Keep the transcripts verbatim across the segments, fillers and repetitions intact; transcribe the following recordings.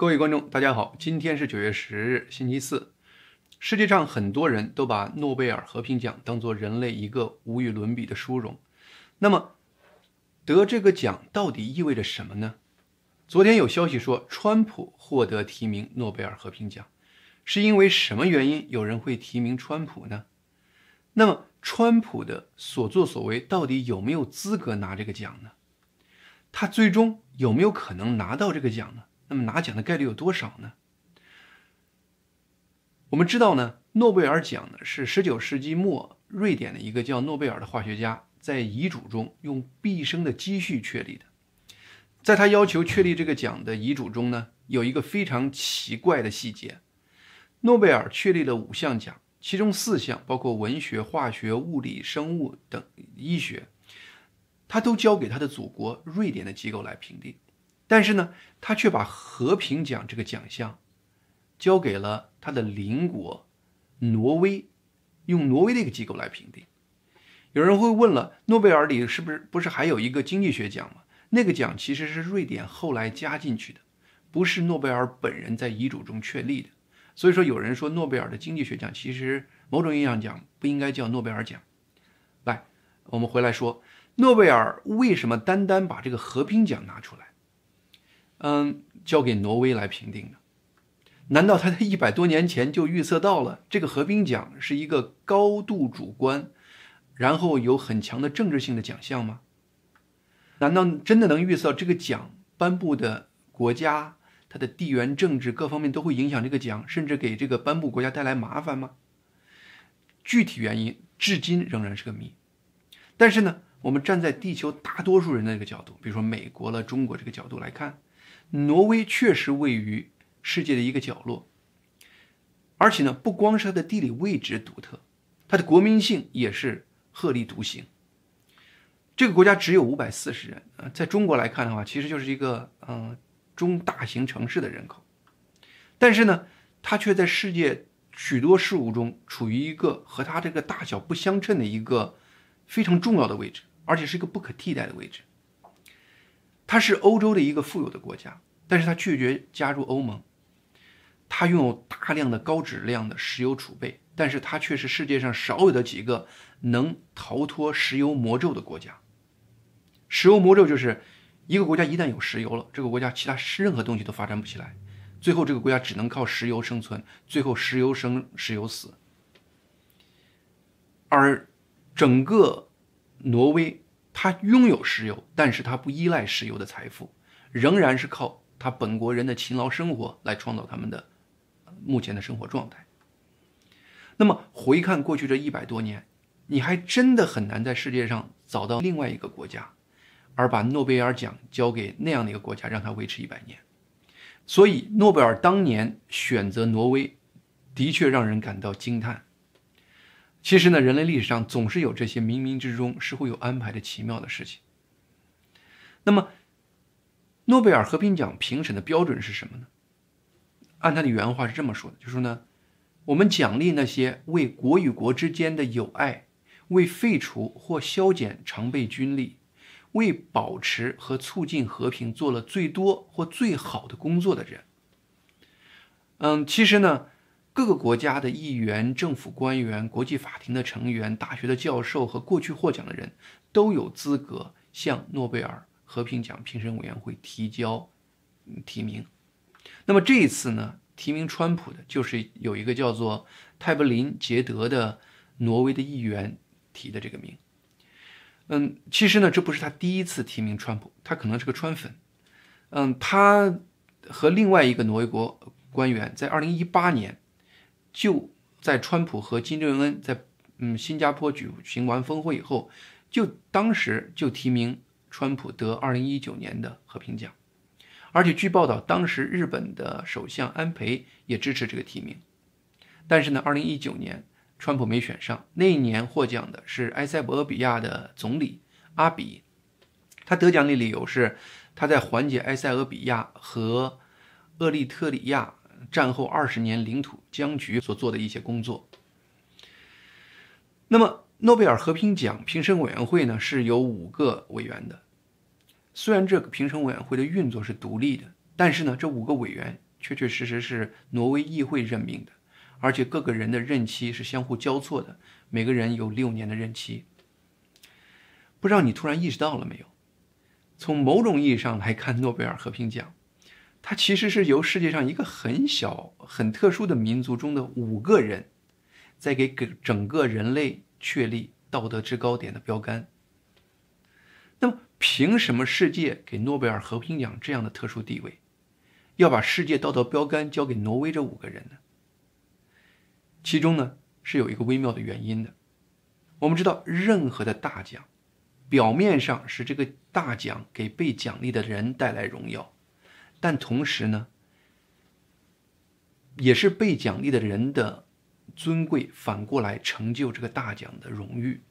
各位观众，大家好，今天是九月十日，星期四。世界上很多人都把诺贝尔和平奖当作人类一个无与伦比的殊荣。那么，得这个奖到底意味着什么呢？昨天有消息说，川普获得提名诺贝尔和平奖，是因为什么原因有人会提名川普呢？那么，川普的所作所为到底有没有资格拿这个奖呢？他最终有没有可能拿到这个奖呢？那么拿奖的概率有多少呢？我们知道呢，诺贝尔奖呢是十九世纪末瑞典的一个叫诺贝尔的化学家在遗嘱中用毕生的积蓄确立的。在他要求确立这个奖的遗嘱中呢，有一个非常奇怪的细节。诺贝尔确立了五项奖，其中四项包括文学、化学、物理、生物等医学，他都交给他的祖国瑞典的机构来评定。但是呢，他却把和平奖这个奖项交给了他的邻国挪威，用挪威的一个机构来评定。有人会问了，诺贝尔里是不是不是还有一个经济学奖吗？那个奖其实是瑞典后来加进去的，不是诺贝尔本人在遗嘱中确立的。所以说有人说诺贝尔的经济学奖其实某种意义上讲不应该叫诺贝尔奖。来，我们回来说，诺贝尔为什么单单把这个和平奖拿出来嗯，交给挪威来评定呢？难道他在一百多年前就预测到了这个和平奖是一个高度主观，然后有很强的政治性的奖项吗？难道真的能预测这个奖颁布的国家，它的地缘政治各方面都会影响这个奖，甚至给这个颁布国家带来麻烦吗？具体原因至今仍然是个谜。但是呢，我们站在地球大多数人的这个角度，比如说美国了、中国这个角度来看，挪威确实位于世界的一个角落，而且呢，不光是它的地理位置独特，它的国民性也是鹤立独行。这个国家只有五百四十人，呃，在中国来看的话，其实就是一个呃中大型城市的人口，但是呢，它却在世界许多事物中处于一个和它这个大小不相称的一个非常重要的位置，而且是一个不可替代的位置。它是欧洲的一个富有的国家，但是它拒绝加入欧盟。它拥有大量的高质量的石油储备，但是它却是世界上少有的几个能逃脱石油魔咒的国家。石油魔咒就是一个国家一旦有石油了，这个国家其他任何东西都发展不起来，最后这个国家只能靠石油生存，最后石油生石油死。而整个挪威它拥有石油，但是它不依赖石油的财富，仍然是靠它本国人的勤劳生活来创造他们的目前的生活状态。那么回看过去这一百多年，你还真的很难在世界上找到另外一个国家，而把诺贝尔奖交给那样的一个国家，让它维持一百年。所以诺贝尔当年选择挪威，的确让人感到惊叹。其实呢，人类历史上总是有这些冥冥之中是会有安排的奇妙的事情。那么，诺贝尔和平奖评审的标准是什么呢？按他的原话是这么说的，就是说呢，我们奖励那些为国与国之间的友爱，为废除或削减常备军力，为保持和促进和平做了最多或最好的工作的人。嗯，其实呢，各个国家的议员、政府官员、国际法庭的成员、大学的教授和过去获奖的人都有资格向诺贝尔和平奖评审委员会提交提名。那么这一次呢，提名川普的就是有一个叫做泰伯林杰德的挪威的议员提的这个名。嗯，其实呢，这不是他第一次提名川普，他可能是个川粉。嗯，他和另外一个挪威国官员在二零一八年就在川普和金正恩在嗯新加坡举行完峰会以后，就当时就提名川普得二零一九年的和平奖。而且据报道，当时日本的首相安倍也支持这个提名。但是呢，二零一九年川普没选上，那一年获奖的是埃塞俄比亚的总理阿比。他得奖的理由是他在缓解埃塞俄比亚和厄立特里亚战后二十年领土僵局所做的一些工作。那么诺贝尔和平奖评审委员会呢是有五个委员的，虽然这个评审委员会的运作是独立的，但是呢，这五个委员确确实实是挪威议会任命的，而且各个人的任期是相互交错的，每个人有六年的任期。不知道你突然意识到了没有？从某种意义上来看，诺贝尔和平奖它其实是由世界上一个很小很特殊的民族中的五个人在给整个人类确立道德制高点的标杆。那么凭什么世界给诺贝尔和平奖这样的特殊地位，要把世界道德标杆交给挪威这五个人呢？其中呢是有一个微妙的原因的。我们知道，任何的大奖表面上是这个大奖给被奖励的人带来荣耀，但同时呢也是被奖励的人的尊贵反过来成就这个大奖的荣誉。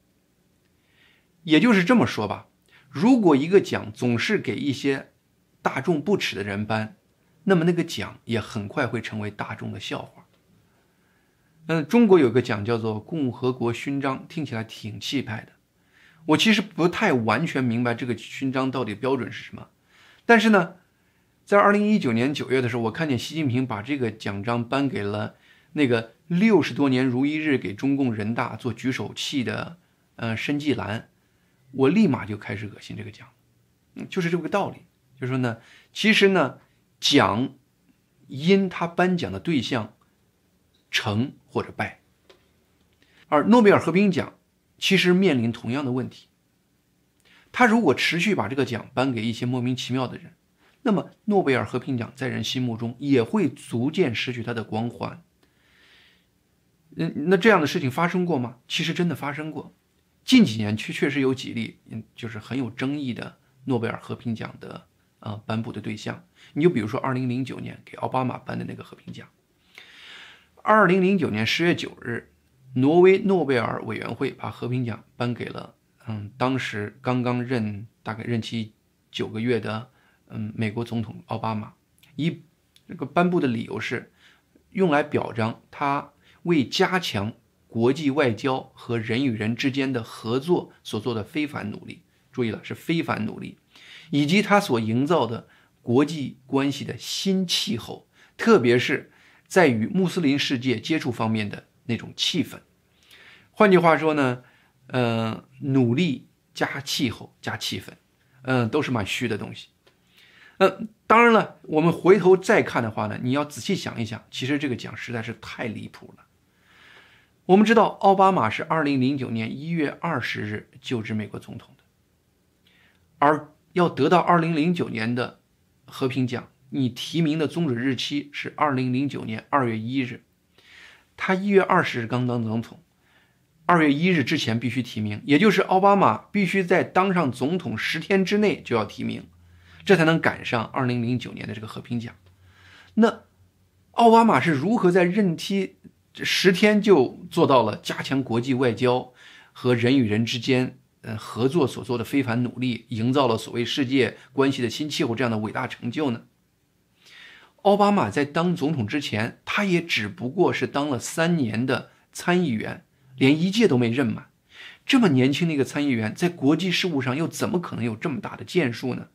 也就是这么说吧，如果一个奖总是给一些大众不耻的人颁，那么那个奖也很快会成为大众的笑话。嗯，中国有个奖叫做共和国勋章，听起来挺气派的。我其实不太完全明白这个勋章到底标准是什么，但是呢，在二零一九年九月的时候，我看见习近平把这个奖章颁给了那个六十多年如一日给中共人大做举手器的呃申纪兰，我立马就开始恶心这个奖。嗯，就是这个道理，就是说呢，其实呢，奖因他颁奖的对象成或者败，而诺贝尔和平奖其实面临同样的问题。他如果持续把这个奖颁给一些莫名其妙的人，那么诺贝尔和平奖在人心目中也会逐渐失去它的光环。嗯，那这样的事情发生过吗？其实真的发生过。近几年确确实有几例，嗯，就是很有争议的诺贝尔和平奖的呃颁布的对象。你就比如说二零零九年给奥巴马颁的那个和平奖。二零零九年十月九日，挪威诺贝尔委员会把和平奖颁给了嗯当时刚刚任大概任期九个月的嗯美国总统奥巴马。一这个颁布的理由是用来表彰他为加强国际外交和人与人之间的合作所做的非凡努力，注意了，是非凡努力，以及他所营造的国际关系的新气候，特别是在与穆斯林世界接触方面的那种气氛。换句话说呢，呃，努力加气候加气氛，嗯、呃，都是蛮虚的东西。呃，当然了，我们回头再看的话呢，你要仔细想一想，其实这个奖实在是太离谱了。我们知道奥巴马是二零零九年一月二十日就职美国总统的，而要得到二零零九年的和平奖，你提名的终止日期是二零零九年二月一日，他一月二十日刚当总统，二月一日之前必须提名，也就是奥巴马必须在当上总统十天之内就要提名，这才能赶上二零零九年的这个和平奖。那奥巴马是如何在任期十天就做到了加强国际外交和人与人之间呃合作所做的非凡努力，营造了所谓世界关系的新气候这样的伟大成就呢？奥巴马在当总统之前，他也只不过是当了三年的参议员，连一届都没任满。这么年轻的一个参议员，在国际事务上又怎么可能有这么大的建树呢？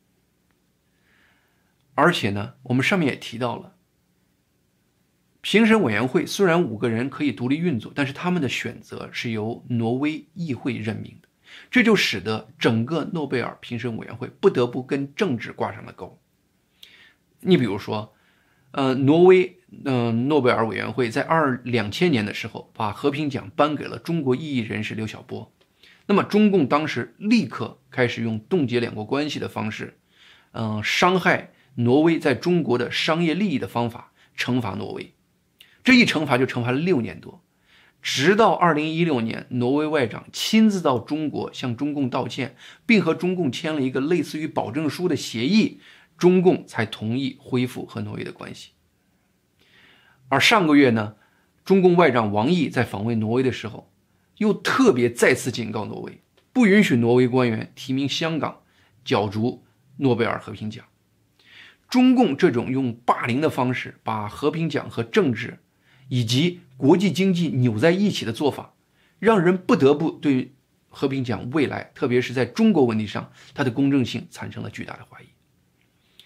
而且呢，我们上面也提到了，评审委员会虽然五个人可以独立运作，但是他们的选择是由挪威议会任命的，这就使得整个诺贝尔评审委员会不得不跟政治挂上了钩。你比如说，呃，挪威呃诺贝尔委员会在二两千年的时候，把和平奖颁给了中国异议人士刘晓波。那么中共当时立刻开始用冻结两国关系的方式，嗯、呃，伤害挪威在中国的商业利益的方法惩罚挪威。这一惩罚就惩罚了六年多，直到二零一六年，挪威外长亲自到中国向中共道歉，并和中共签了一个类似于保证书的协议，中共才同意恢复和挪威的关系。而上个月呢，中共外长王毅在访问挪威的时候，又特别再次警告挪威，不允许挪威官员提名香港角逐诺贝尔和平奖。中共这种用霸凌的方式把和平奖和政治以及国际经济扭在一起的做法，让人不得不对和平奖未来，特别是在中国问题上，它的公正性产生了巨大的怀疑。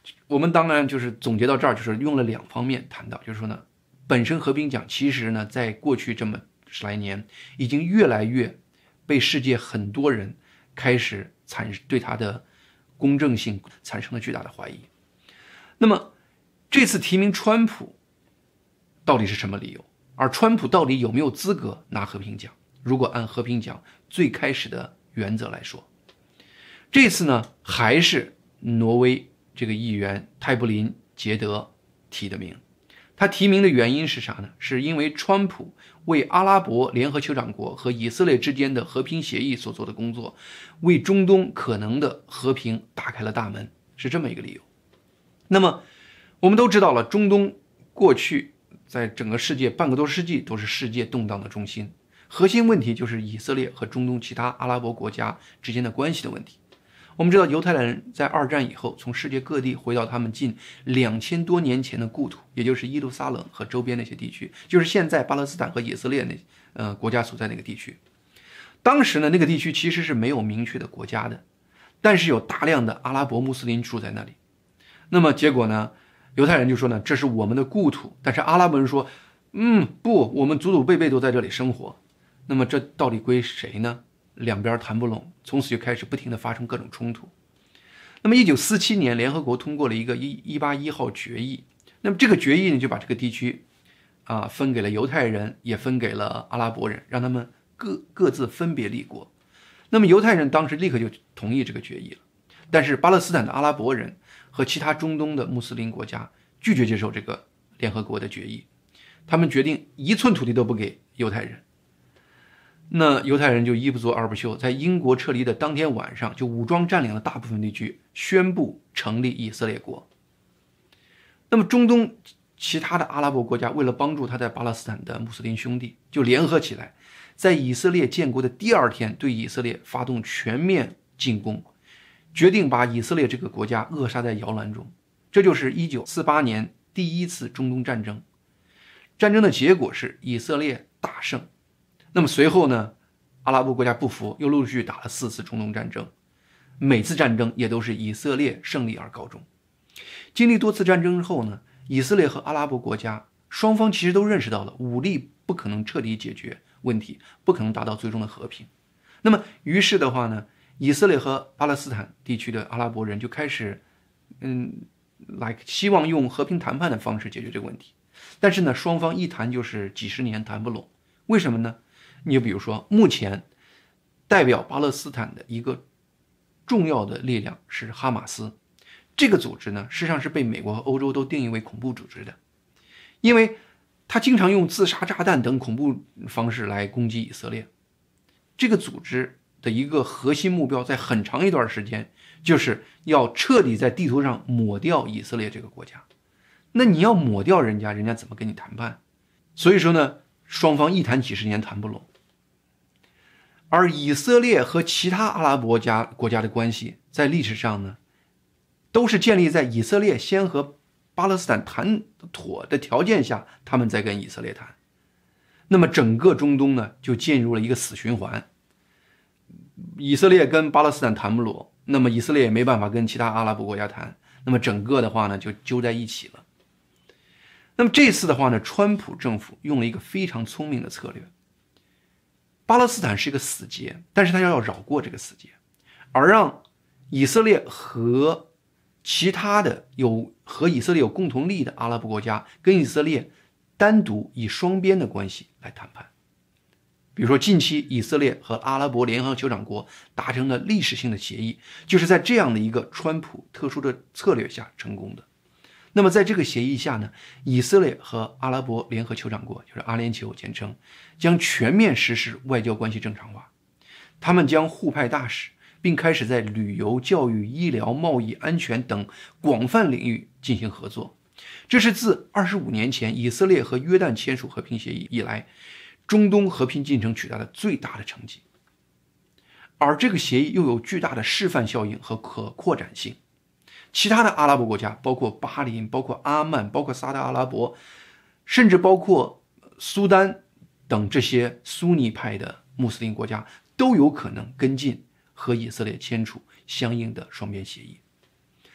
我们当然就是总结到这儿，就是用了两方面谈到，就是说呢，本身和平奖其实呢，在过去这么十来年，已经越来越被世界很多人开始产对它的公正性产生了巨大的怀疑。那么这次提名川普到底是什么理由？而川普到底有没有资格拿和平奖？如果按和平奖最开始的原则来说，这次呢还是挪威这个议员泰布林杰德提的名。他提名的原因是啥呢？是因为川普为阿拉伯联合酋长国和以色列之间的和平协议所做的工作，为中东可能的和平打开了大门，是这么一个理由。那么我们都知道了，中东过去在整个世界半个多世纪都是世界动荡的中心，核心问题就是以色列和中东其他阿拉伯国家之间的关系的问题。我们知道犹太人在二战以后从世界各地回到他们近两千多年前的故土，也就是耶路撒冷和周边那些地区，就是现在巴勒斯坦和以色列那呃国家所在那个地区。当时呢，那个地区其实是没有明确的国家的，但是有大量的阿拉伯穆斯林住在那里。那么结果呢，犹太人就说呢，这是我们的故土，但是阿拉伯人说，嗯，不，我们祖祖辈辈都在这里生活。那么这到底归谁呢？两边谈不拢，从此就开始不停地发生各种冲突。那么一九四七年联合国通过了一个一八一号决议，那么这个决议呢就把这个地区啊分给了犹太人，也分给了阿拉伯人，让他们各各自分别立国。那么犹太人当时立刻就同意这个决议了，但是巴勒斯坦的阿拉伯人和其他中东的穆斯林国家拒绝接受这个联合国的决议，他们决定一寸土地都不给犹太人。那犹太人就一不做二不休，在英国撤离的当天晚上就武装占领了大部分地区，宣布成立以色列国。那么中东其他的阿拉伯国家为了帮助他在巴勒斯坦的穆斯林兄弟，就联合起来，在以色列建国的第二天对以色列发动全面进攻，决定把以色列这个国家扼杀在摇篮中。这就是一九四八年第一次中东战争。战争的结果是以色列大胜。那么随后呢，阿拉伯国家不服，又陆陆续续打了四次中东战争，每次战争也都是以色列胜利而告终。经历多次战争之后呢，以色列和阿拉伯国家双方其实都认识到了武力不可能彻底解决问题，不可能达到最终的和平。那么于是的话呢，以色列和巴勒斯坦地区的阿拉伯人就开始嗯来希望用和平谈判的方式解决这个问题。但是呢，双方一谈就是几十年谈不拢。为什么呢？你就比如说，目前代表巴勒斯坦的一个重要的力量是哈马斯，这个组织呢，实际上是被美国和欧洲都定义为恐怖组织的，因为他经常用自杀炸弹等恐怖方式来攻击以色列。这个组织的一个核心目标，在很长一段时间，就是要彻底在地图上抹掉以色列这个国家。那你要抹掉人家，人家怎么跟你谈判？所以说呢，双方一谈几十年谈不拢。而以色列和其他阿拉伯家国家的关系，在历史上呢，都是建立在以色列先和巴勒斯坦谈妥的条件下，他们再跟以色列谈。那么整个中东呢，就进入了一个死循环。以色列跟巴勒斯坦谈不拢，那么以色列也没办法跟其他阿拉伯国家谈，那么整个的话呢，就揪在一起了。那么这次的话呢，川普政府用了一个非常聪明的策略。巴勒斯坦是一个死结，但是他要绕过这个死结，而让以色列和其他的有和以色列有共同利益的阿拉伯国家跟以色列单独以双边的关系来谈判。比如说近期以色列和阿拉伯联合酋长国达成了历史性的协议，就是在这样的一个川普特殊的策略下成功的。那么在这个协议下呢，以色列和阿拉伯联合酋长国，就是阿联酋简称，将全面实施外交关系正常化。他们将互派大使，并开始在旅游、教育、医疗、贸易、安全等广泛领域进行合作。这是自二十五年前以色列和约旦签署和平协议以来，中东和平进程取得的最大的成绩。而这个协议又有巨大的示范效应和可扩展性。其他的阿拉伯国家，包括巴林、包括阿曼、包括沙特阿拉伯，甚至包括苏丹等这些苏尼派的穆斯林国家，都有可能跟进和以色列签署相应的双边协议。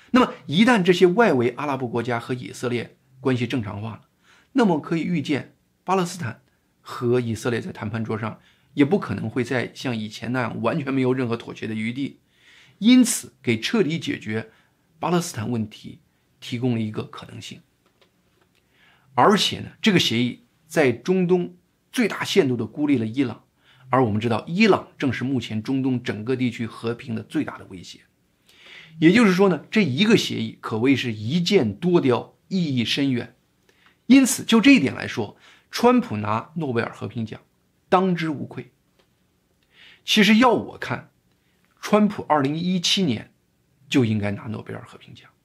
那么一旦这些外围阿拉伯国家和以色列关系正常化了，那么可以预见巴勒斯坦和以色列在谈判桌上也不可能会再像以前那样完全没有任何妥协的余地，因此给彻底解决巴勒斯坦问题提供了一个可能性。而且呢，这个协议在中东最大限度地孤立了伊朗，而我们知道伊朗正是目前中东整个地区和平的最大的威胁。也就是说呢，这一个协议可谓是一箭多雕，意义深远。因此就这一点来说，川普拿诺贝尔和平奖当之无愧。其实要我看，川普二零一七年就应该拿诺贝尔和平奖，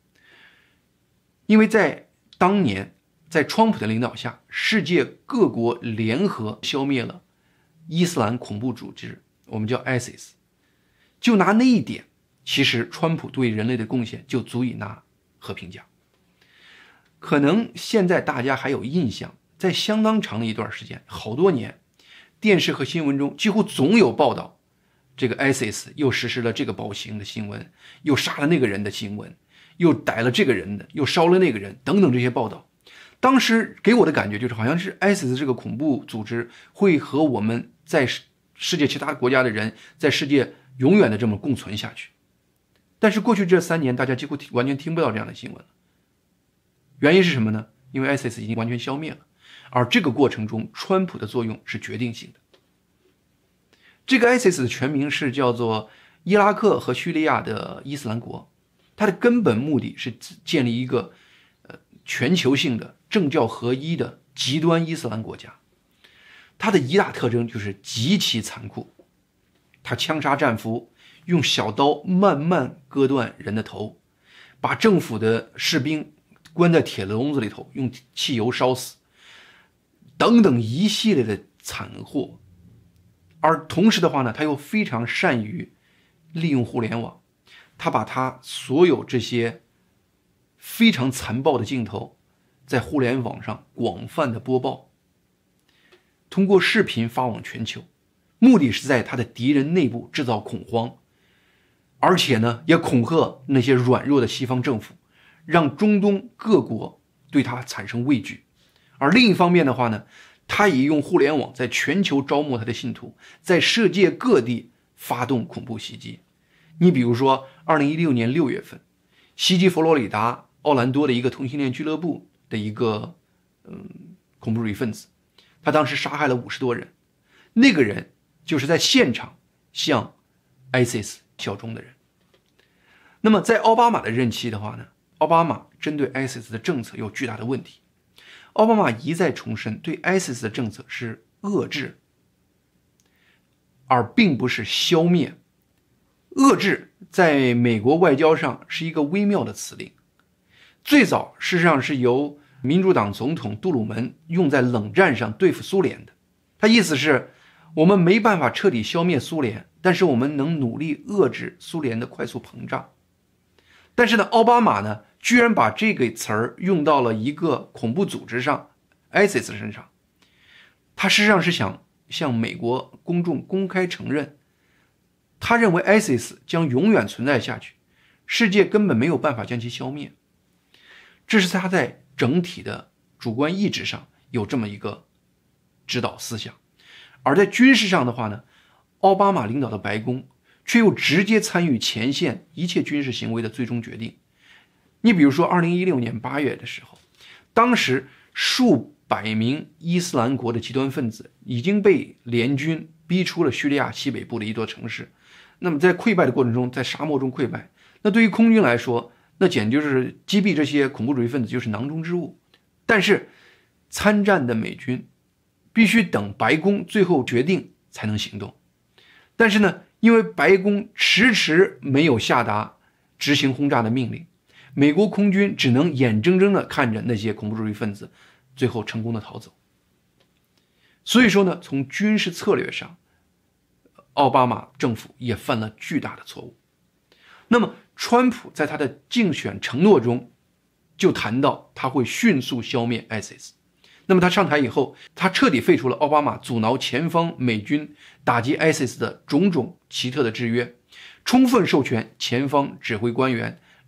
因为在当年在川普的领导下，世界各国联合消灭了伊斯兰恐怖组织，我们叫 I S I S。 就拿那一点，其实川普对人类的贡献就足以拿和平奖。可能现在大家还有印象，在相当长的一段时间，好多年，电视和新闻中几乎总有报道这个 I S I S 又实施了这个暴行的新闻，又杀了那个人的新闻，又逮了这个人的，又烧了那个人等等这些报道。当时给我的感觉就是好像是 I S I S 这个恐怖组织会和我们在世界其他国家的人在世界永远的这么共存下去。但是过去这三年大家几乎完全听不到这样的新闻了。原因是什么呢？因为 I S I S 已经完全消灭了，而这个过程中川普的作用是决定性的。这个 I S I S 的全名是叫做伊拉克和叙利亚的伊斯兰国，它的根本目的是建立一个呃全球性的政教合一的极端伊斯兰国家。它的一大特征就是极其残酷，它枪杀战俘，用小刀慢慢割断人的头，把政府的士兵关在铁笼子里头，用汽油烧死，等等一系列的惨祸。而同时的话呢，他又非常善于利用互联网，他把他所有这些非常残暴的镜头在互联网上广泛的播报，通过视频发往全球，目的是在他的敌人内部制造恐慌，而且呢也恐吓那些软弱的西方政府，让中东各国对他产生畏惧。而另一方面的话呢，他也用互联网在全球招募他的信徒，在世界各地发动恐怖袭击。你比如说二零一六年六月份，袭击佛罗里达奥兰多的一个同性恋俱乐部的一个嗯恐怖主义分子，他当时杀害了五十多人，那个人就是在现场向 I S I S 效忠的人。那么在奥巴马的任期的话呢，奥巴马针对 I S I S 的政策有巨大的问题。奥巴马一再重申，对 I S I S 的政策是遏制，而并不是消灭。遏制在美国外交上是一个微妙的词令，最早事实上是由民主党总统杜鲁门用在冷战上对付苏联的。他意思是，我们没办法彻底消灭苏联，但是我们能努力遏制苏联的快速膨胀。但是呢，奥巴马呢居然把这个词儿用到了一个恐怖组织上 I S I S 身上。他实际上是想向美国公众公开承认，他认为 I S I S 将永远存在下去，世界根本没有办法将其消灭。这是他在整体的主观意志上有这么一个指导思想。而在军事上的话呢，奥巴马领导的白宫却又直接参与前线一切军事行为的最终决定。你比如说二零一六年八月的时候，当时数百名伊斯兰国的极端分子已经被联军逼出了叙利亚西北部的一座城市。那么在溃败的过程中，在沙漠中溃败，那对于空军来说，那简直就是击毙这些恐怖主义分子就是囊中之物。但是参战的美军必须等白宫最后决定才能行动。但是呢，因为白宫迟迟没有下达执行轰炸的命令，美国空军只能眼睁睁地看着那些恐怖主义分子最后成功的逃走。所以说呢，从军事策略上，奥巴马政府也犯了巨大的错误。那么川普在他的竞选承诺中就谈到他会迅速消灭 I S I S。 那么他上台以后，他彻底废除了奥巴马阻挠前方美军打击 I S I S 的种种奇特的制约，充分授权前方指挥官员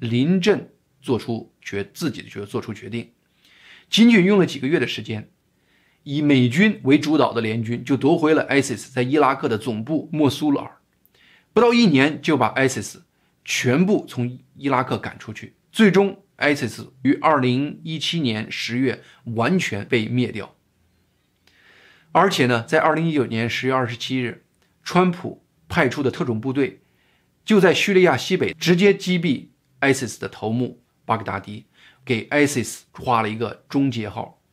临阵做出决自己的决做出决定。仅仅用了几个月的时间，以美军为主导的联军就夺回了 I S I S 在伊拉克的总部莫苏尔，不到一年就把 I S I S 全部从伊拉克赶出去，最终 I S I S 于二零一七年十月完全被灭掉。而且呢，在二零一九年十月二十七日，川普派出的特种部队就在叙利亚西北直接击毙 I S I S 的头目巴格达迪，给 I S I S 画了一个终结号。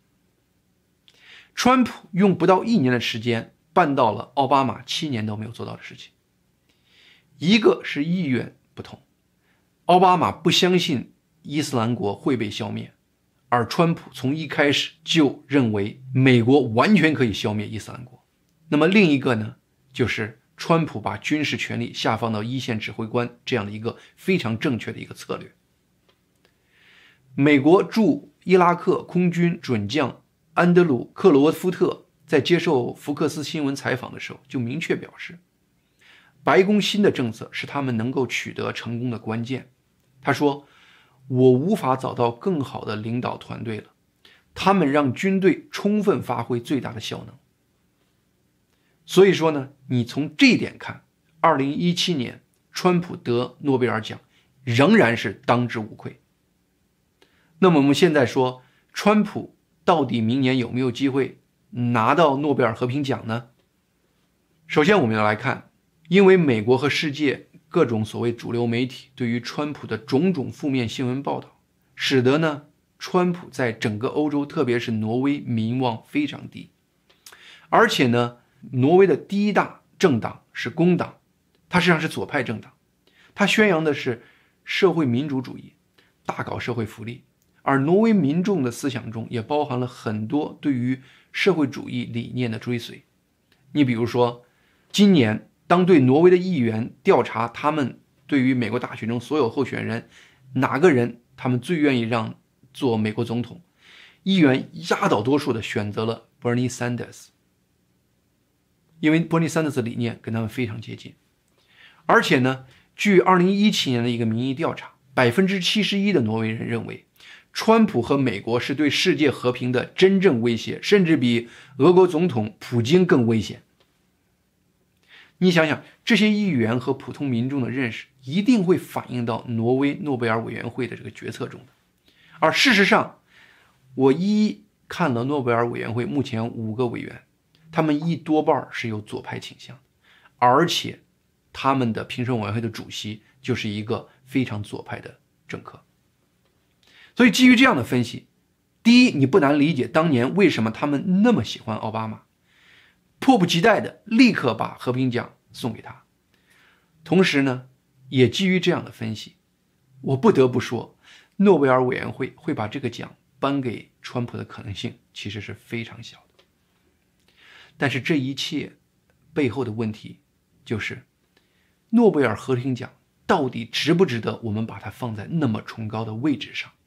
川普用不到一年的时间办到了奥巴马七年都没有做到的事情。一个是意愿不同，奥巴马不相信伊斯兰国会被消灭，而川普从一开始就认为美国完全可以消灭伊斯兰国。那么另一个呢，就是川普把军事权力下放到一线指挥官这样的一个非常正确的一个策略。美国驻伊拉克空军准将安德鲁·克罗夫特在接受福克斯新闻采访的时候就明确表示，白宫新的政策是他们能够取得成功的关键。他说，我无法找到更好的领导团队了，他们让军队充分发挥最大的效能。所以说呢，你从这一点看，二零一七年川普得诺贝尔奖仍然是当之无愧。那么我们现在说，川普到底明年有没有机会拿到诺贝尔和平奖呢？首先我们要来看，因为美国和世界各种所谓主流媒体对于川普的种种负面新闻报道，使得呢川普在整个欧洲，特别是挪威民望非常低。而且呢，挪威的第一大政党是工党，它实际上是左派政党，它宣扬的是社会民主主义，大搞社会福利，而挪威民众的思想中也包含了很多对于社会主义理念的追随。你比如说，今年当对挪威的议员调查他们对于美国大选中所有候选人哪个人他们最愿意让做美国总统，议员压倒多数的选择了 Bernie Sanders， 因为 Bernie Sanders 的理念跟他们非常接近。而且呢，据二零一七年的一个民意调查， 百分之七十一 的挪威人认为川普和美国是对世界和平的真正威胁，甚至比俄国总统普京更危险。你想想，这些议员和普通民众的认识一定会反映到挪威诺贝尔委员会的这个决策中的。而事实上，我一一看了诺贝尔委员会目前五个委员，他们一多半是有左派倾向，而且他们的评审委员会的主席就是一个非常左派的政客。所以基于这样的分析，第一，你不难理解当年为什么他们那么喜欢奥巴马，迫不及待的立刻把和平奖送给他。同时呢，也基于这样的分析，我不得不说，诺贝尔委员会会把这个奖颁给川普的可能性其实是非常小的。但是这一切背后的问题就是，诺贝尔和平奖到底值不值得我们把它放在那么崇高的位置上？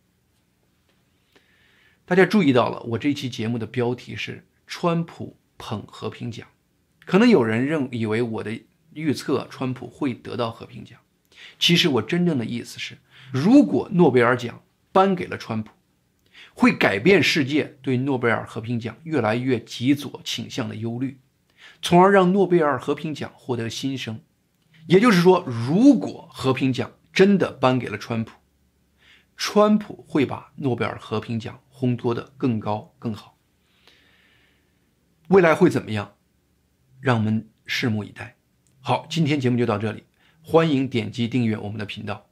大家注意到了，我这期节目的标题是川普捧和平奖。可能有人认以为我的预测川普会得到和平奖，其实我真正的意思是，如果诺贝尔奖颁给了川普，会改变世界对诺贝尔和平奖越来越极左倾向的忧虑，从而让诺贝尔和平奖获得新生。也就是说，如果和平奖真的颁给了川普，川普会把诺贝尔和平奖烘托得更高更好。未来会怎么样？让我们拭目以待。好，今天节目就到这里，欢迎点击订阅我们的频道。